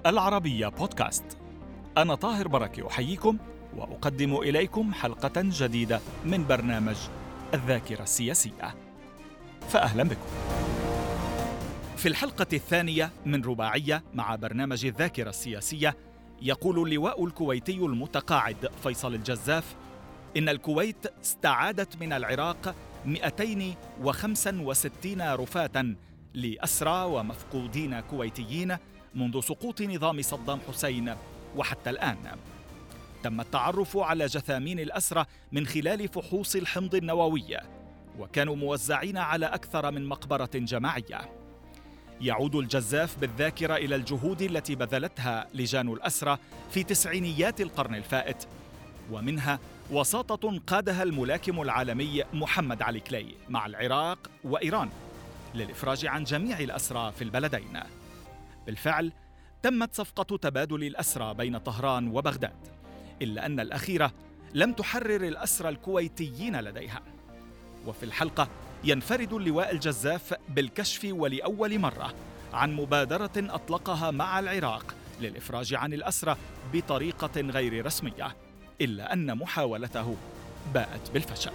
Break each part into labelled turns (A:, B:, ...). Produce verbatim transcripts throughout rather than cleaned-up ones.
A: العربية بودكاست. أنا طاهر بركة أحييكم وأقدم إليكم حلقة جديدة من برنامج الذاكرة السياسية، فأهلا بكم. في الحلقة الثانية من رباعية مع برنامج الذاكرة السياسية، يقول اللواء الكويتي المتقاعد فيصل الجزاف إن الكويت استعادت من العراق مئتين وخمسة وستين رفاة لأسرى ومفقودين كويتيين منذ سقوط نظام صدام حسين وحتى الآن. تم التعرف على جثامين الأسرى من خلال فحوص الحمض النووي، وكانوا موزعين على أكثر من مقبرة جماعية. يعود الجزاف بالذاكرة إلى الجهود التي بذلتها لجان الأسرى في تسعينيات القرن الفائت، ومنها وساطة قادها الملاكم العالمي محمد علي كلاي مع العراق وإيران للإفراج عن جميع الأسرى في البلدين. بالفعل تمت صفقة تبادل الأسرى بين طهران وبغداد، إلا أن الأخيرة لم تحرر الأسرى الكويتيين لديها. وفي الحلقة ينفرد اللواء الجزاف بالكشف ولأول مرة عن مبادرة أطلقها مع العراق للإفراج عن الأسرى بطريقة غير رسمية، إلا أن محاولته باءت بالفشل.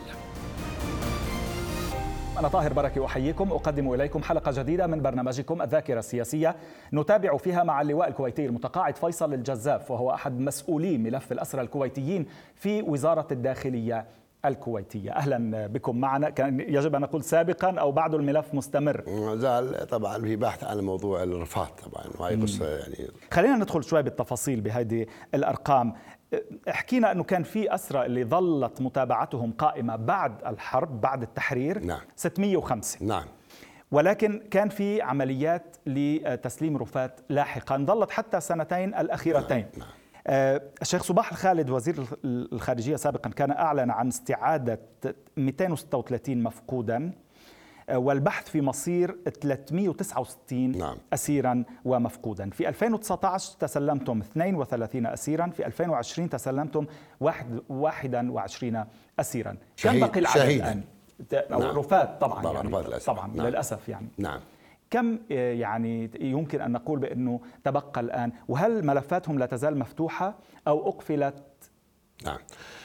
B: أنا طاهر بركة أحييكم، أقدم إليكم حلقة جديدة من برنامجكم الذاكرة السياسية، نتابع فيها مع اللواء الكويتي المتقاعد فيصل الجزاف، وهو أحد مسؤولي ملف الأسرى الكويتيين في وزارة الداخلية الكويتية. أهلا بكم معنا. كان يجب أن نقول سابقا أو بعد الملف مستمر؟
C: زال طبعا في بحث عن موضوع الرفات طبعا، وهي قصة يعني.
B: خلينا ندخل شوي بالتفاصيل بهذه الأرقام. احكينا أنه كان في أسرى اللي ظلت متابعتهم قائمة بعد الحرب بعد التحرير.
C: نعم.
B: ستمئة وخمسة.
C: نعم.
B: ولكن كان في عمليات لتسليم رفات لاحقا ظلت حتى السنتين الأخيرتين.
C: نعم. نعم.
B: الشيخ صباح الخالد وزير الخارجية سابقا كان أعلن عن استعادة مئتين وستة وثلاثين مفقودا، والبحث في مصير ثلاثمئة وتسعة وستين نعم. أسيرا ومفقودا. في ألفين وتسعة عشر تسلمتم اثنين وثلاثين أسيرا، في ألفين وعشرين تسلمتم واحد وعشرين أسيرا. كم بقي العدد الآن؟ نعم. رفات طبعا, طبعا, يعني للأسف. طبعا نعم. للأسف يعني
C: نعم.
B: كم يعني يمكن أن نقول بأنه تبقى الآن، وهل ملفاتهم لا تزال مفتوحة أو أقفلت؟
C: نعم.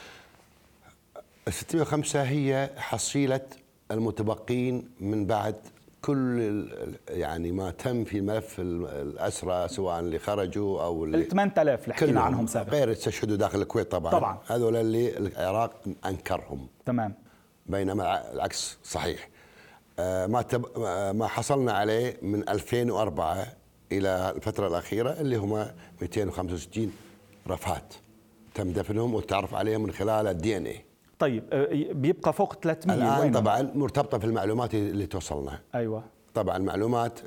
C: ستمئة وخمسة هي حصيلة المتبقين من بعد كل يعني ما تم في ملف الأسرى، سواء اللي خرجوا أو اللي
B: ثمانية آلاف اللي حكينا عنهم سابقا،
C: غير استشهدوا داخل الكويت طبعا. طبعا هذول اللي العراق أنكرهم.
B: تمام.
C: بينما العكس صحيح. ما تب... ما حصلنا عليه من ألفين وأربعة إلى الفترة الأخيرة اللي هم مئتين وخمسة وستين رفات تم دفنهم والتعرف عليهم من خلال الدي ان اي.
B: طيب بيبقى فوق ثلاثمئة
C: الآن
B: وين؟
C: طبعا مرتبطة في المعلومات اللي توصلنا.
B: أيوة
C: طبعا المعلومات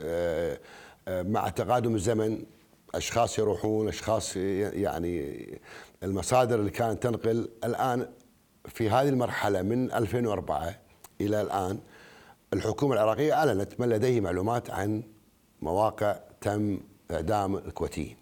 C: مع تقادم الزمن أشخاص يروحون، أشخاص يعني المصادر اللي كانت تنقل. الآن في هذه المرحلة من ألفين وأربعة إلى الآن الحكومة العراقية أعلنت من لديه معلومات عن مواقع تم إعدام الكويتيين.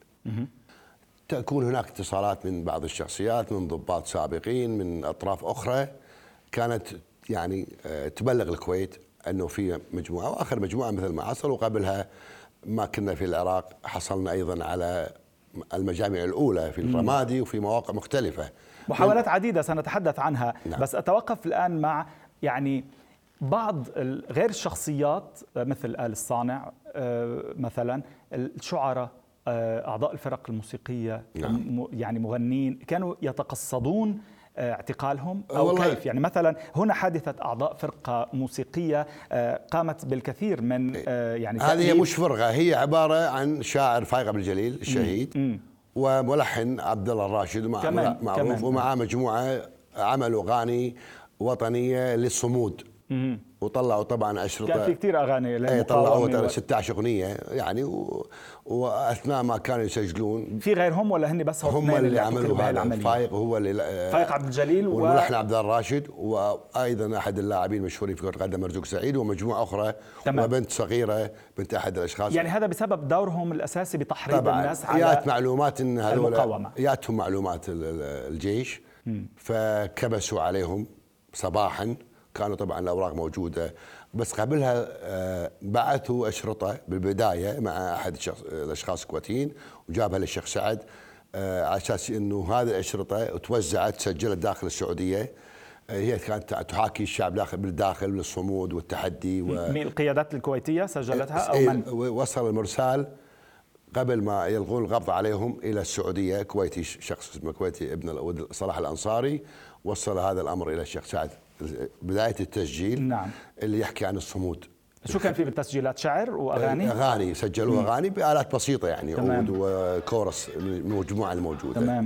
C: تكون هناك اتصالات من بعض الشخصيات، من ضباط سابقين، من أطراف أخرى كانت يعني تبلغ الكويت أنه في مجموعة، وآخر مجموعة مثل ما حصل. وقبلها ما كنا في العراق حصلنا أيضا على المجامع الأولى في الرمادي وفي مواقع مختلفة.
B: محاولات عديدة سنتحدث عنها. نعم. بس أتوقف الآن مع يعني بعض غير الشخصيات مثل آل الصانع مثلا، الشعراء، أعضاء الفرق الموسيقية. نعم. يعني مغنين كانوا يتقصدون اعتقالهم أو كيف؟ يعني مثلا هنا حادثة أعضاء فرقة موسيقية قامت بالكثير من يعني
C: هذه مش فرقة، هي عبارة عن شاعر فايق عبد الجليل الشهيد م. م. وملحن عبد الله الراشد معروف، ومعه مجموعة عملوا أغاني وطنية للصمود. مم. وطلعوا طبعا أشرطة،
B: كان في كثير أغاني.
C: اي طلعوا ستة عشر أغنية يعني، و... وأثناء ما كانوا يسجلون.
B: في غيرهم ولا هن بس
C: هم اللي, اللي عملوا هذا؟ فايق هو اللي
B: فايق عبد الجليل
C: والملحن عبد الله الراشد، وأيضا أحد اللاعبين المشهورين في كرة القدم مرزوق سعيد، ومجموعة أخرى. تمام. وبنت صغيرة بنت أحد الأشخاص.
B: يعني هذا بسبب دورهم الأساسي بتحريض الناس على
C: يات معلومات إن
B: المقاومة.
C: ياتهم معلومات الجيش. م. فكبسوا عليهم صباحا. كانوا طبعا الأوراق موجودة، بس قبلها بعثوا أشرطة بالبداية مع أحد الأشخاص الكويتيين وجابها للشيخ سعد على أساس أنه هذه الأشرطة توزعت سجلت داخل السعودية. هي كانت تحاكي الشعب داخل بالداخل للصمود والتحدي. و...
B: من القيادات الكويتية سجلتها أو من؟
C: وصل المرسال قبل ما يلغون القبض عليهم إلى السعودية، كويتي، شخص اسمه كويتي ابن صلاح الأنصاري، وصل هذا الأمر إلى الشيخ سعد بداية التسجيل.
B: نعم.
C: اللي يحكي عن الصمود.
B: شو كان في بالتسجيلات؟ شعر وأغاني؟
C: أغاني، سجلوا أغاني بآلات بسيطة يعني،
B: تمام.
C: عود وكورس من المجموعة الموجودة.
B: تمام.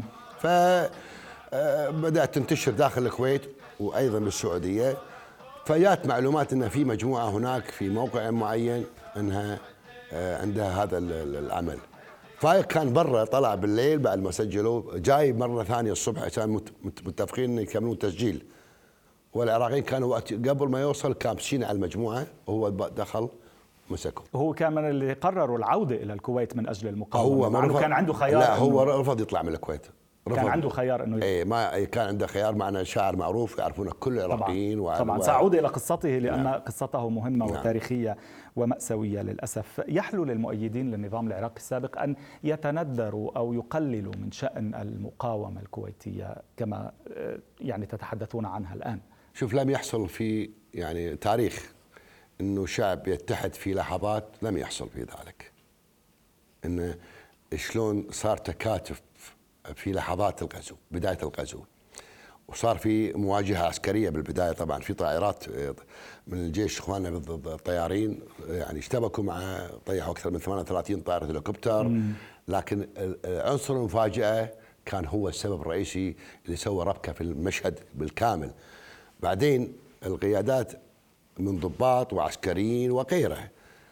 C: فبدأت تنتشر داخل الكويت وأيضا بالسعودية. فجاءت معلومات أن في مجموعة هناك في موقع معين أنها عندها هذا العمل. فكان برا، طلع بالليل بعد ما سجلوا، جاي مرة ثانية الصبح عشان متفقين يكملون تسجيل. والعراقيين كانوا وقت قبل ما يوصل كابسين على المجموعة، وهو دخل مسكه.
B: هو كان من اللي قرروا العودة إلى الكويت من أجل المقاومة،
C: هو
B: مع أنه كان عنده خيار.
C: لا، هو رفض يطلع من الكويت. رفض.
B: كان عنده خيار انه
C: اي ما كان عنده خيار. معنا شاعر معروف يعرفونه كل العراقيين.
B: طبعا, طبعاً. سأعود الى قصته لان نعم. قصته مهمه نعم. وتاريخيه ومأساويه للاسف. يحلو للمؤيدين للنظام العراقي السابق ان يتندروا او يقللوا من شأن المقاومه الكويتيه كما يعني تتحدثون عنها الان.
C: شوف، لم يحصل في يعني تاريخ انه شعب يتحد في لحظات، لم يحصل في ذلك. انه شلون صار تكاتف في لحظات الغزو، بداية الغزو، وصار في مواجهة عسكرية بالبداية. طبعا في طائرات من الجيش اخواننا بالطيارين يعني اشتبكوا مع، طيحوا أكثر من ثمانية وثلاثين طائرة هليكوبتر. لكن عنصر المفاجأة كان هو السبب الرئيسي اللي سوى ربكة في المشهد بالكامل. بعدين القيادات من ضباط وعسكريين وغيره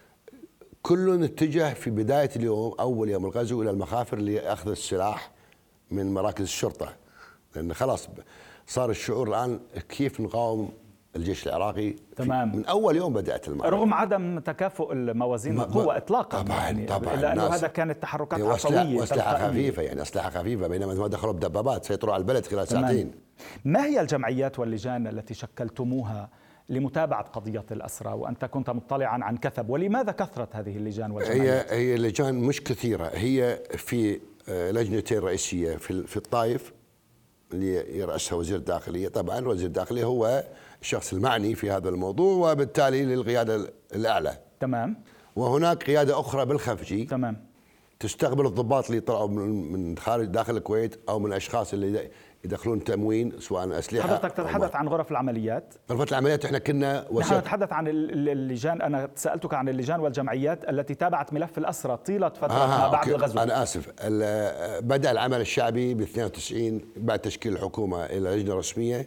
C: كلهم اتجه في بداية اليوم، أول يوم الغزو، إلى المخافر لأخذ السلاح من مراكز الشرطة، لأن خلاص صار الشعور الآن كيف نقاوم الجيش العراقي.
B: تمام.
C: من أول يوم بدأت المعركة،
B: رغم عدم تكافؤ الموازين القوة إطلاقا.
C: طبعا
B: يعني
C: طبعا
B: لأنه هذا كانت تحركات عفوية
C: وأسلحة خفيفة، يعني أسلحة خفيفة، بينما ما دخلوا بدبابات سيطروا على البلد خلال تمام. ساعتين.
B: ما هي الجمعيات واللجان التي شكلتموها لمتابعة قضية الأسرى وأنت كنت مطلعا عن كثب، ولماذا كثرت هذه اللجان والجمعيات؟
C: هي هي لجان مش كثيرة. هي في لجنتين رئيسية في في الطائف اللي يرأسها وزير الداخلية. طبعا وزير الداخلية هو الشخص المعني في هذا الموضوع وبالتالي للقيادة الأعلى.
B: تمام.
C: وهناك قيادة أخرى بالخفجي.
B: تمام.
C: تستقبل الضباط اللي طلعوا من خارج داخل الكويت أو من الأشخاص اللي يدخلون تموين سواء أسلحة.
B: حضرتك تتحدث عن غرف العمليات؟
C: غرفة العمليات احنا كنا
B: نحن نتحدث عن اللجان. أنا سألتك عن اللجان والجمعيات التي تابعت ملف الأسرى طيلة فترة آه ما بعد الغزو.
C: أنا آسف. بدأ العمل الشعبي ب اثنين وتسعين بعد تشكيل الحكومة إلى لجنة رسمية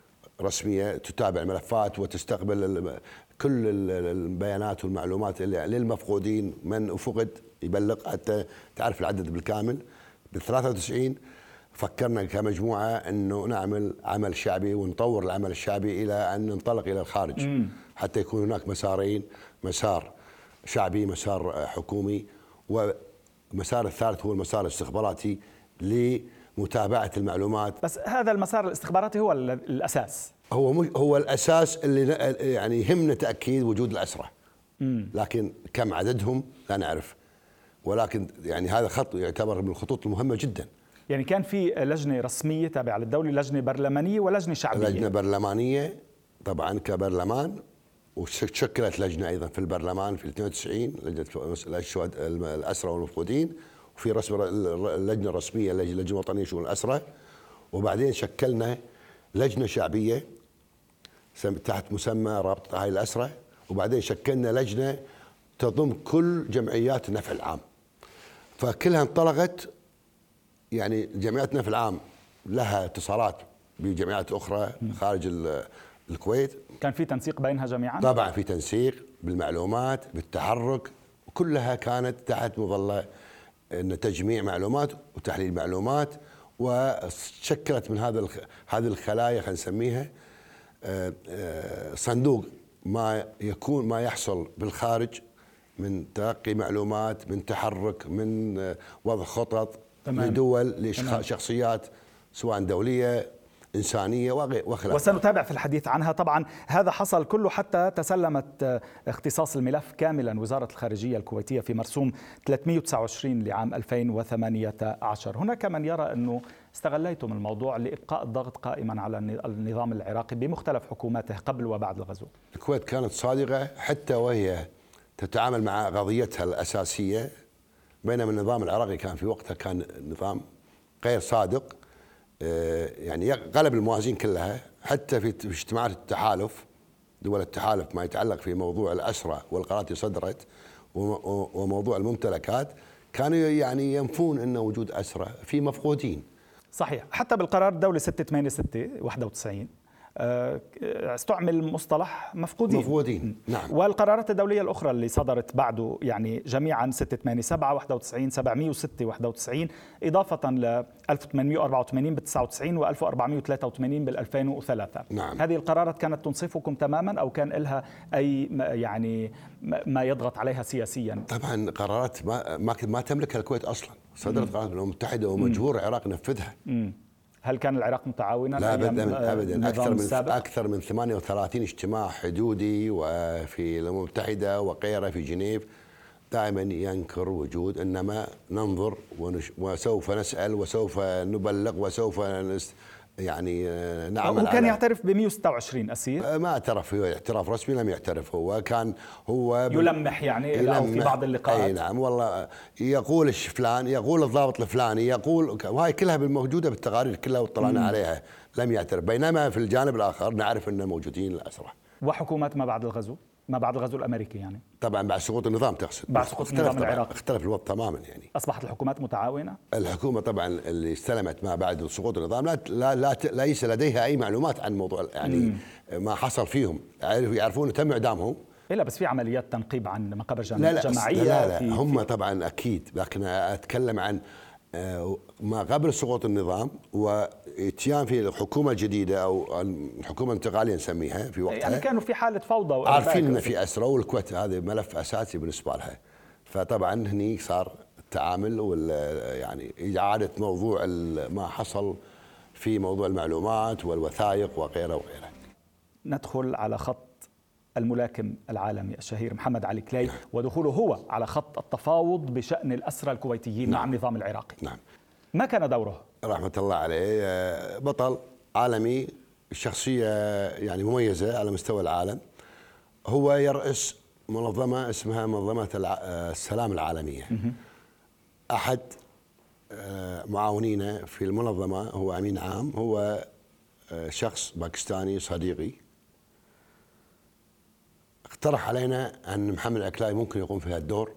C: رسمية تتابع الملفات وتستقبل كل البيانات والمعلومات اللي للمفقودين، من فقد يبلغ حتى تعرف العدد بالكامل. بال ثلاثة وتسعين فكرنا كمجموعة أنه نعمل عمل شعبي ونطور العمل الشعبي إلى أن ننطلق إلى الخارج. مم. حتى يكون هناك مسارين، مسار شعبي، مسار حكومي، ومسار الثالث هو المسار الاستخباراتي لمتابعة المعلومات.
B: بس هذا المسار الاستخباراتي هو الأساس،
C: هو مش هو الأساس اللي يعني يهمنا تأكيد وجود الأسرى. مم. لكن كم عددهم لا نعرف، ولكن يعني هذا خط يعتبر من الخطوط المهمة جدا.
B: يعني كان في لجنة رسمية تابعة للدولة، لجنة برلمانية ولجنة شعبية.
C: لجنة برلمانية طبعا كبرلمان، وشكلت لجنة أيضا في البرلمان في اثنين وتسعين، لجنة الأسرى والمفقودين، وفي رسم اللجنة الرسمية اللجنة الوطنية شؤون الأسرى. وبعدين شكلنا لجنة شعبية تحت مسمى رابطة هاي الأسرى. وبعدين شكلنا لجنة تضم كل جمعيات النفع العام، فكلها انطلقت. يعني جمعيات النفع العام لها اتصالات بجمعيات أخرى خارج الكويت.
B: كان في تنسيق بينها جميعا؟
C: طبعا في تنسيق بالمعلومات بالتحرك، وكلها كانت تحت مظلة إن تجميع معلومات وتحليل معلومات. وشكلت من هذا هذه الخلايا خلينا نسميها صندوق ما يكون ما يحصل بالخارج من تلقي معلومات، من تحرك، من وضع خطط لدول لشخصيات سواء دولية إنسانية وخلافها.
B: وسنتابع في الحديث عنها. طبعا هذا حصل كله حتى تسلمت اختصاص الملف كاملا وزارة الخارجية الكويتية في مرسوم ثلاثمئة وتسعة وعشرين لعام ألفين وثمانية عشر. هناك من يرى أنه استغليتم الموضوع لإبقاء الضغط قائما على النظام العراقي بمختلف حكوماته قبل وبعد الغزو.
C: الكويت كانت صادقة حتى وهي تتعامل مع قضيتها الأساسية، بينما النظام العراقي كان في وقتها كان نظام غير صادق، يعني قلب الموازين كلها. حتى في اجتماعات التحالف، دول التحالف، ما يتعلق في موضوع الأسرى والقرارات اللي صدرت وموضوع الممتلكات، كانوا يعني ينفون أن وجود أسرى في مفقودين.
B: صحيح. حتى بالقرار الدولي ستة ثمانية ستة واحد وتسعين استعمل مصطلح مفقودين.
C: مفقودين، نعم.
B: والقرارات الدولية الأخرى اللي صدرت بعده يعني جميعا ستة ثمانية سبعة واحد وتسعين سبعمئة وستة واحد وتسعين، إضافة ل ألف وثمانمئة وأربعة وثمانين بال تسعة وتسعين و ألف وأربعمئة وثلاثة وثمانين بال ألفين وثلاثة.
C: نعم.
B: هذه القرارات كانت تنصفكم تماما أو كان لها أي يعني ما يضغط عليها سياسيا؟
C: طبعا قرارات ما ما, ما تملكها الكويت أصلا، صدرت قرارات الأمم المتحدة ومجبور العراق ينفذها.
B: مم. هل كان العراق متعاونا؟
C: لا ابدا ابدا. اكثر من اكثر من ثمانية وثلاثين اجتماع حدودي وفي الامم المتحده وغيرها في جنيف، دائما ينكر وجود، انما ننظر وسوف نسال وسوف نبلغ وسوف نس يعني نعمل.
B: هو كان يعترف ب مئة وستة وعشرين اسير؟
C: ما اعترف، هو اعتراف رسمي لم يعترف. هو كان هو
B: يلمح يعني يلمح أو في بعض اللقاءات.
C: اي نعم والله، يقول فلان، يقول الضابط الفلاني، يقول، وهي كلها موجوده بالتقارير كلها واطلعنا عليها، لم يعترف. بينما في الجانب الاخر نعرف ان موجودين الاسرى.
B: وحكومات ما بعد الغزو، ما بعد الغزو الامريكي يعني.
C: طبعا بعد سقوط النظام تقصد؟
B: بعد سقوط النظام العراقي
C: اختلف الوضع تماما يعني.
B: اصبحت الحكومات متعاونة؟
C: الحكومة طبعا اللي استلمت ما بعد سقوط النظام لا لا, لا ليس لديها اي معلومات عن موضوع يعني مم. ما حصل فيهم، يعرفون تم اعدامهم.
B: لا بس في عمليات تنقيب عن مقابر
C: لا لا
B: جماعية.
C: لا لا,
B: في
C: هم
B: في
C: طبعا اكيد، لكن اتكلم عن ما قبل سقوط النظام واتيان في الحكومة الجديدة او الحكومة الانتقالية نسميها في وقتها،
B: يعني كانوا في حالة فوضى،
C: عارفين ان في اسرى، والكويت هذا ملف اساسي بالنسبة لها. فطبعا هني صار التعامل وال يعني اعادة موضوع ما حصل في موضوع المعلومات والوثائق وغيره وغيره.
B: ندخل على خط الملاكم العالمي الشهير محمد علي كلاي، نعم. ودخوله هو على خط التفاوض بشأن الأسرى الكويتيين، نعم. مع النظام العراقي.
C: نعم.
B: ما كان دوره؟
C: رحمة الله عليه، بطل عالمي، شخصية يعني مميزة على مستوى العالم. هو يرأس منظمة اسمها منظمة السلام العالمية. أحد معاونينا في المنظمة هو أمين عام، هو شخص باكستاني صديقي، اقترح علينا أن محمد عكلاي ممكن يقوم في هذا الدور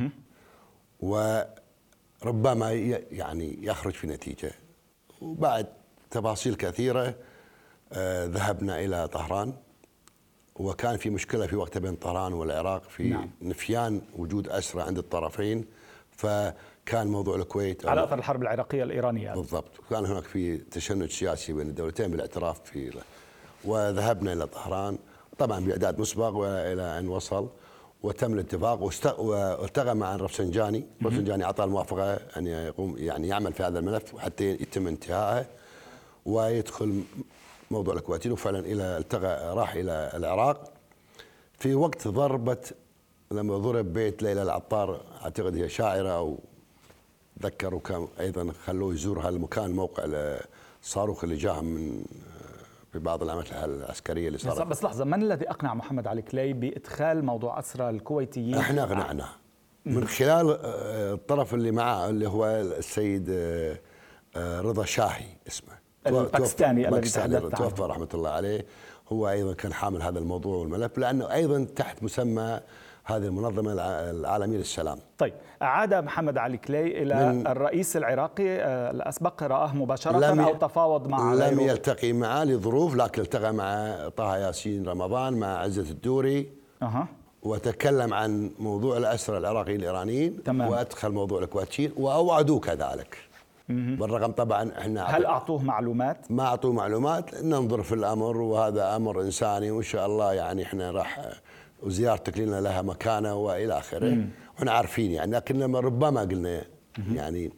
C: وربما يعني يخرج في نتيجة. وبعد تفاصيل كثيرة ذهبنا إلى طهران، وكان في مشكلة في وقتها بين طهران والعراق في نعم. نفيان وجود أسرى عند الطرفين، فكان موضوع الكويت
B: على أثر الحرب العراقية الإيرانية.
C: بالضبط، كان هناك في تشنج سياسي بين الدولتين بالاعتراف في، وذهبنا إلى طهران طبعا بإعداد مسبق، وإلى أن وصل وتم الاتفاق والتقى مع الرفسنجاني. الرفسنجاني أعطى الموافقة أن يقوم يعني يعمل في هذا الملف حتى يتم انتهائه ويدخل موضوع الكويتيين. وفعلا إلى التقى، راح إلى العراق في وقت ضربة، لما ضرب بيت ليلى العطار، أعتقد هي شاعرة أو ذكر، وكان أيضا خلوه يزور هذا المكان، موقع الصاروخ اللي جاهم من في بعض العمليات العسكرية اللي صارت.
B: بس لحظة، من الذي أقنع محمد علي كلاي بإدخال موضوع أسرى الكويتيين؟
C: احنا أقنعناه من خلال الطرف اللي معه اللي هو السيد رضا شاهي اسمه،
B: الباكستاني الذي
C: توفى رحمة الله عليه. هو أيضا كان حامل هذا الموضوع والملف، لأنه أيضا تحت مسمى هذه المنظمة العالمية للسلام.
B: طيب، أعاد محمد علي كلاي إلى الرئيس العراقي الأسبق، رآه مباشرة أو تفاوض معه؟
C: لم يلتقي معه لظروف، لكن التقى مع طه ياسين رمضان، مع عزة الدوري،
B: أه.
C: وتكلم عن موضوع الأسرى العراقيين الإيرانيين،
B: تمام.
C: وأدخل موضوع الكويتيين وأوعدوه كذلك. بالرغم طبعا احنا
B: هل اعطوه معلومات؟
C: ما اعطوه معلومات، ننظر في الامر، وهذا امر انساني، وان شاء الله يعني احنا راح وزيارتك لنا لها مكانه والى اخره، واحنا عارفين يعني. لكن لما ربما قلنا يعني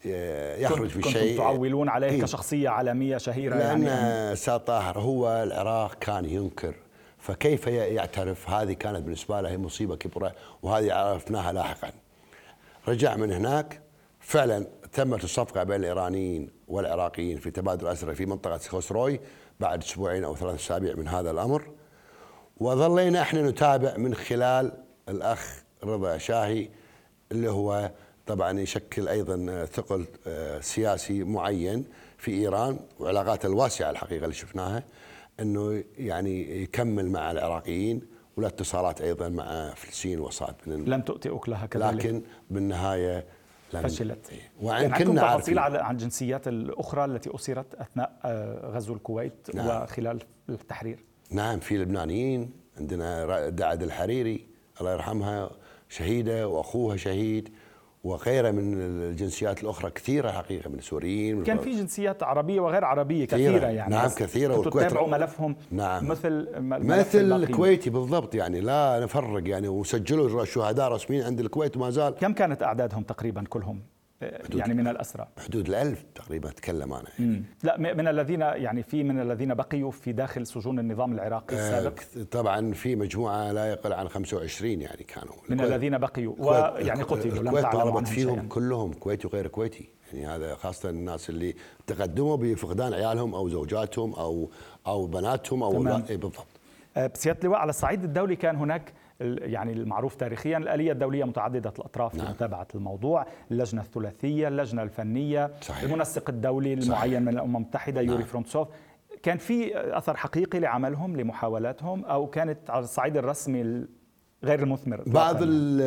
C: يخرج في شيء
B: كنتم تعولون عليه
C: إيه؟
B: كشخصية عالمية شهيرة
C: لأن
B: يعني
C: أستاذ طاهر هو العراق كان ينكر، فكيف يعترف؟ هذه كانت بالنسبة له مصيبة كبرى، وهذه عرفناها لاحقا. رجع من هناك فعلا تمت الصفقة بين الإيرانيين والعراقيين في تبادل أسرى في منطقة خوسروي بعد أسبوعين أو ثلاثة أسابيع من هذا الأمر، وظلينا احنا نتابع من خلال الأخ رضا شاهي اللي هو طبعا يشكل أيضا ثقل سياسي معين في إيران وعلاقاته الواسعة الحقيقة اللي شفناها، أنه يعني يكمل مع العراقيين، ولا اتصالات أيضا مع فلسطين وصعد من
B: لم تؤتي أكلها كذلك،
C: لكن بالنهاية
B: فشلت.
C: وعن
B: يعني عندكم
C: كنا
B: تفاصيل عن الجنسيات الأخرى التي أسرت أثناء غزو الكويت
C: نعم.
B: وخلال التحرير؟
C: نعم، في لبنانيين عندنا دعد الحريري الله يرحمها شهيدة وأخوها شهيد، وغيرها من الجنسيات الأخرى كثيرة حقيقة، من سوريين.
B: كان في جنسيات عربية وغير عربية كثيرة, كثيرة يعني.
C: نعم كثيرة.
B: كنتوا تتابعوا ملفهم
C: نعم.
B: مثل
C: مثل الكويتي بالضبط، يعني لا نفرق يعني، وسجلوا شهداء رسميين عند الكويت وما زال.
B: كم كانت أعدادهم تقريبا كلهم يعني من الأسرى؟
C: حدود الألف تقريبا أتكلم أنا يعني.
B: لا من الذين يعني في من الذين بقيوا في داخل سجون النظام العراقي السابق؟
C: آه طبعا في مجموعة لا يقل عن خمسة وعشرين يعني كانوا
B: من الذين بقيوا ويعني قتلوا.
C: لم تعلموا عنهم فيهم شيئا. كلهم كويتي وغير كويتي يعني، هذا خاصة الناس اللي تقدموا بفقدان عيالهم أو زوجاتهم أو أو بناتهم أو بالضبط.
B: بسيادة اللواء، على الصعيد الدولي كان هناك يعني المعروف تاريخيا الآلية الدولية متعددة الأطراف نعم. لمتابعة الموضوع، اللجنة الثلاثية، اللجنة الفنية، صحيح. المنسق الدولي المعين من الأمم المتحدة نعم. يوري فرونتسوف. كان في أثر حقيقي لعملهم لمحاولاتهم، أو كانت على الصعيد الرسمي غير المثمر؟
C: بعض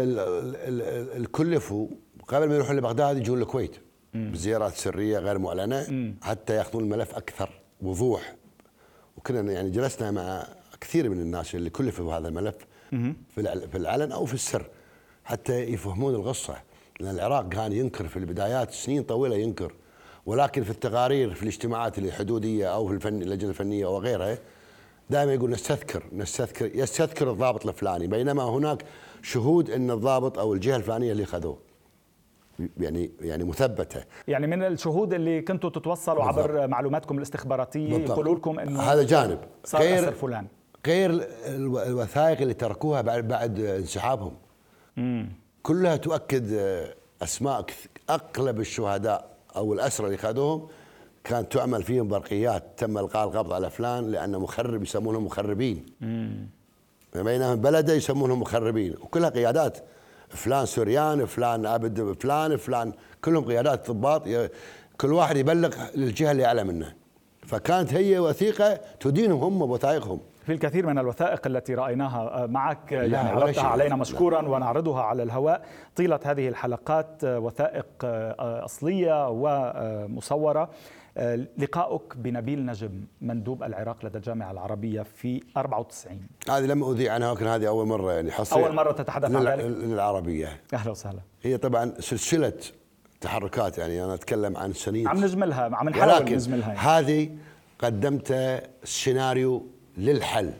C: الكلفوا قبل ما يروحوا لبغداد يجون الكويت بزيارات سرية غير معلنة م. حتى يأخذون الملف أكثر وضوح، وكنا يعني جلسنا مع كثير من الناس اللي كلفوا هذا الملف في العلن أو في السر حتى يفهمون القصة، لأن العراق كان ينكر في البدايات سنين طويلة ينكر، ولكن في التقارير في الاجتماعات الحدودية أو في الفن اللجنة الفنية وغيرها دائما يقول نستذكر نستذكر يستذكر الضابط الفلاني، بينما هناك شهود أن الضابط أو الجهة الفلانية اللي خذوه يعني يعني مثبته.
B: يعني من الشهود اللي كنتوا تتوصلوا بالضبط. عبر معلوماتكم الاستخباراتية يقولوا لكم انه
C: هذا جانب
B: غير فلان،
C: غير الوثائق اللي تركوها بعد بعد انسحابهم مم. كلها تؤكد اسماء اغلب الشهداء او الاسرى اللي خذوهم كانت تعمل فيهم برقيات، تم القاء القبض على فلان لانه مخرب يسمونهم مخربين، بينما بلده يسمونهم مخربين، وكلها قيادات، فلان سوريان، فلان عبد، فلان فلان، كلهم قيادات ضباط، كل واحد يبلغ للجهه اللي اعلى منه، فكانت هي وثيقه تدينهم هم بوثائقهم.
B: في الكثير من الوثائق التي رأيناها معك يعني عرضتها علينا مشكورا لا. ونعرضها على الهواء طيلة هذه الحلقات، وثائق أصلية ومصورة. لقاؤك بنبيل نجم مندوب العراق لدى الجامعة العربية في أربعة وتسعين،
C: هذه لم أذيع عنها، ولكن هذه أول مرة يعني حصل
B: أول مرة تتحدث عن ذلك
C: للعربية.
B: أهلا وسهلا.
C: هي طبعا سلسلة تحركات، يعني أنا أتكلم عن سنين
B: عم نجملها، عم نحاول نجملها
C: يعني. هذه قدمت سيناريو للحل،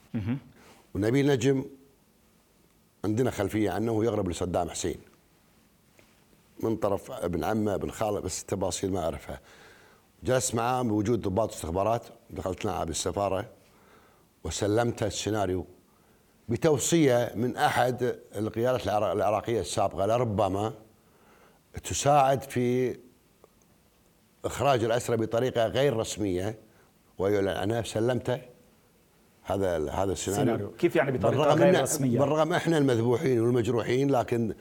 C: ونبيل نجم عندنا خلفية عنه، هو يقرب لصدام حسين من طرف ابن عمه ابن خاله، بس التفاصيل ما أعرفها. جلست معاه بوجود ضباط استخبارات، دخلت معه بالسفارة وسلمت السيناريو بتوصية من أحد القيادات العراقية السابقة لربما تساعد في إخراج الأسرى بطريقة غير رسمية ويعلن عنها. سلمته هذا هذا السيناريو.
B: كيف يعني بطريقة غير رسمية؟
C: بالرغم إحنا المذبوحين والمجروحين، لكن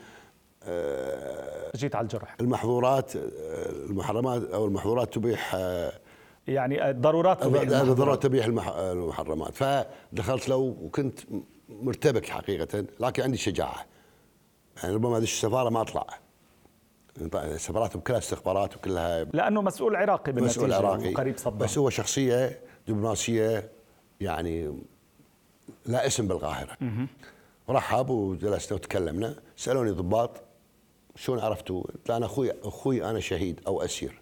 B: جيت على الجرح.
C: المحظورات المحرمات او المحظورات تبيح
B: يعني الضرورات تبيح
C: الضرورات تبيح المحرمات، فدخلت له وكنت مرتبك حقيقة، لكن عندي شجاعة، يعني ربما هذه السفارة ما اطلع، السفارات كلها استخبارات وكلها،
B: لأنه مسؤول عراقي بالنتيجة، مسؤول عراقي وقريب صدام،
C: بس هو شخصية دبلوماسية يعني لا اسم بالقاهرة. رحب وجلسنا وتكلمنا، سألوني ضباط شلون عرفتوا؟ قلت انا اخوي اخوي انا شهيد او اسير،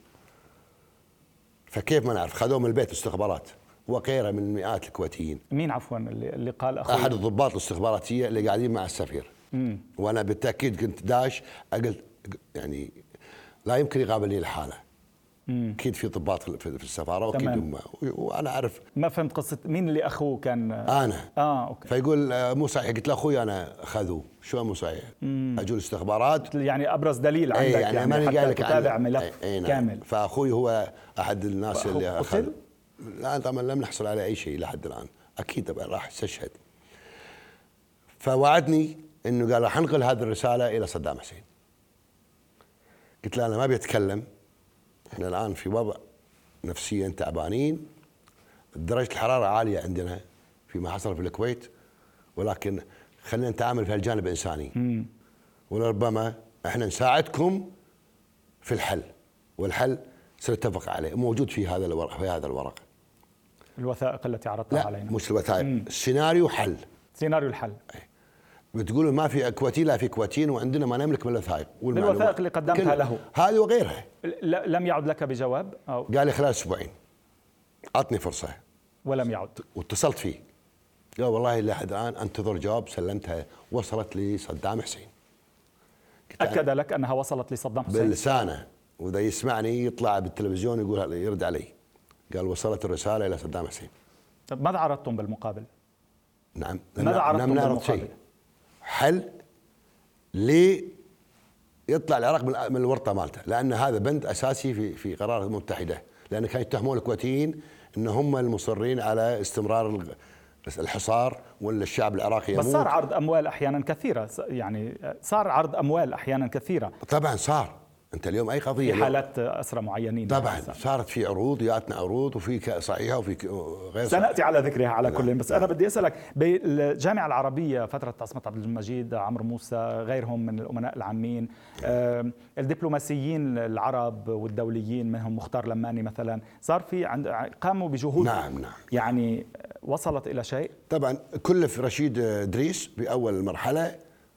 C: فكيف ما نعرف؟ خذوه من البيت استخبارات وغيره من مئات الكويتيين.
B: مين عفوا اللي, اللي قال اخوي؟
C: احد الضباط الاستخباراتيه اللي قاعدين مع السفير. مم. وانا بالتاكيد كنت داش، قلت يعني لا يمكن يقابلني الحالة. اكيد في ضباط في السفاره واكيد هم، وانا اعرف.
B: ما فهمت قصه مين اللي اخوه كان؟
C: انا
B: اه اوكي.
C: فيقول مو صحيح، قلت له اخوي انا اخذوه، شو مو صحيح؟ اجوا الاستخبارات
B: يعني ابرز دليل عندك،
C: يعني, يعني ماني قايل لك
B: تتابع ملف
C: أي نعم.
B: كامل.
C: فاخوي هو احد الناس اللي اخذ.
B: قتل؟
C: لا طبعا لم نحصل على اي شيء لحد الان، اكيد طبعا راح يستشهد. فوعدني انه قال راح انقل هذه الرساله الى صدام حسين. قلت له انا ما بيتكلم، احنا الان في وضع نفسيا تعبانين، درجه الحراره عاليه عندنا فيما حصل في الكويت، ولكن خلينا نتعامل في الجانب الانساني، ولربما احنا نساعدكم في الحل، والحل سنتفق عليه موجود في هذا الورق، في هذا الورق
B: الوثائق التي عرضتها علينا.
C: لا مش الوثائق، سيناريو حل.
B: سيناريو الحل.
C: بتقولوا ما في كويتين، لا في كويتين، وعندنا ما نملك من الوثائق
B: بالوثائق اللي قدمتها له
C: هذه وغيرها.
B: لم يعد لك بجواب؟ أو
C: قال لي خلال اسبوعين، اعطني فرصه
B: ولم يعد.
C: واتصلت فيه قال والله لحد الان انتظر جواب، سلمتها وصلت لصدام حسين.
B: اكد لك انها وصلت لصدام حسين
C: بلسانه، واذا يسمعني يطلع بالتلفزيون يقول يرد علي، قال وصلت الرساله الى صدام حسين.
B: طيب ماذا عرضتم بالمقابل؟
C: نعم
B: ماذا عرضتم
C: بالمقابل؟ شيء حل لي يطلع العراق من الورطه مالته، لان هذا بند اساسي في في قرار الامم المتحده، لان كانوا يتهمون الكويتيين ان هم المصرين على استمرار الحصار ولا الشعب العراقي يموت.
B: بس صار عرض اموال احيانا كثيره، يعني صار عرض اموال احيانا كثيره.
C: طبعا صار، انت اليوم اي قضيه
B: في حالات اسرى معينين
C: طبعا صارت في عروض، جاتنا عروض وفي صحيحه وفي غير صحيحه،
B: سناتي على ذكرها على كل. بس
C: لا.
B: انا بدي اسالك، بالجامعه العربيه فتره عصمت عبد المجيد، عمرو موسى، غيرهم من الامناء العامين، الدبلوماسيين العرب والدوليين منهم مختار لماني مثلا، صار في عند قاموا بجهود
C: نعم نعم
B: يعني وصلت الى شيء؟
C: طبعا كلف رشيد ادريس باول المرحله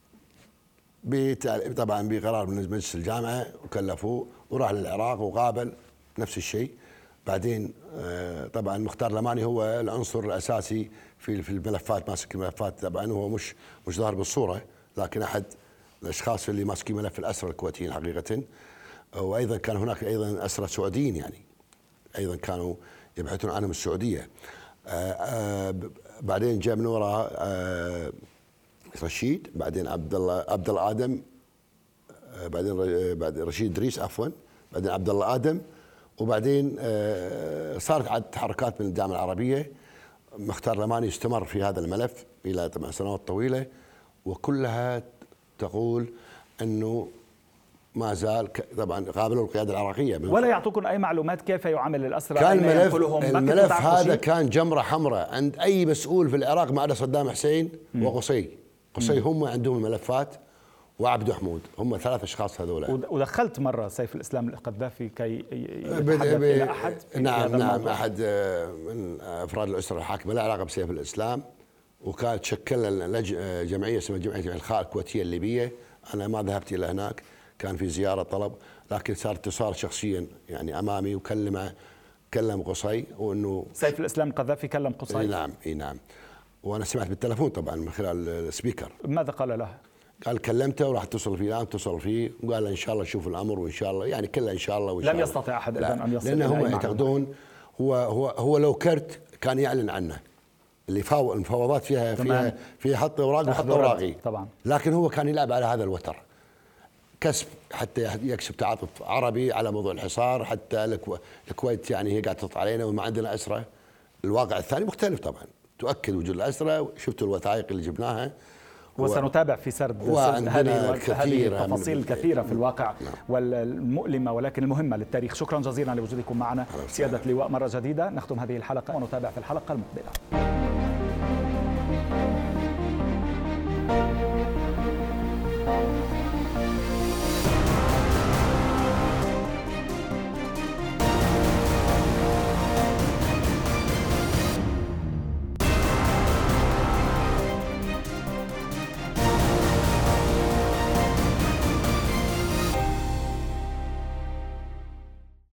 C: طبعا بقرار من مجلس الجامعه، وكلفوه وراح للعراق وقابل نفس الشيء. بعدين طبعا مختار لماني هو العنصر الاساسي في في الملفات، ماسك الملفات، طبعا هو مش مش ظاهر بالصوره، لكن احد الاشخاص اللي ماسكين ملف الاسرى الكويتيين حقيقه. وايضا كان هناك ايضا اسرى سعوديين، يعني ايضا كانوا يبحثون عنهم السعوديه. بعدين جاء من وراء رشيد، بعدين عبد الله عبد الله ادم، بعدين بعد رشيد ادريس عفوا، بعدين عبد الله ادم، وبعدين صارت عدد تحركات من الجامعه العربيه. مختار لماني استمر في هذا الملف الى طبعا سنوات طويله، وكلها تقول انه ما زال طبعا قابلوا القياده العراقيه،
B: ولا يعطوكم اي معلومات كيف يعامل الاسرى.
C: كان الملف الملف هذا كان جمره حمراء عند اي مسؤول في العراق ما عدا صدام حسين وقصي. قصي هم عندهم الملفات، وعبد حمود، هم ثلاث اشخاص هذول.
B: ودخلت مره سيف الاسلام القذافي كي يتحدث الى احد؟
C: نعم نعم احد من افراد الاسره الحاكمه لا علاقه بسيف الاسلام، وكانت شكلنا جمعيه اسمها جمعيه الخاء الكويتيه الليبيه. انا ما ذهبت الى هناك، كان في زياره طلب، لكن صار اتصال شخصيا يعني امامي، وكلمه كلم قصي، وانه
B: سيف الاسلام القذافي كلم قصي.
C: اي نعم اي نعم وانا سمعت بالتلفون طبعا من خلال السبيكر.
B: ماذا قال له؟
C: قال كلمته وراح اتصل فيه، الان اتصل فيه وقال ان شاء الله نشوف الامر، وان شاء الله يعني كله ان شاء الله وإن شاء
B: لم يستطع احد اذا ان يصل،
C: لان هم يعتقدون هو هو هو لو كرت كان يعلن عنه، اللي فاو المفاوضات فيها فيها فيها حط اوراق وحط اوراقي
B: طبعا،
C: لكن هو كان يلعب على هذا الوتر، كسب حتى يكسب تعاطف عربي على موضوع الحصار، حتى الكويت يعني هي قاعده تطلع علينا وما عندنا اسرى. الواقع الثاني مختلف طبعا، تؤكد وجود الاسرى، شفتوا الوثائق اللي جبناها،
B: وسنتابع في سرد, سرد هذه التفاصيل الكثيرة في الواقع نعم. والمؤلمة ولكن المهمة للتاريخ. شكرا جزيلا لوجودكم معنا سيادة اللواء مرة جديدة. نختم هذه الحلقة ونتابع في الحلقة المقبلة.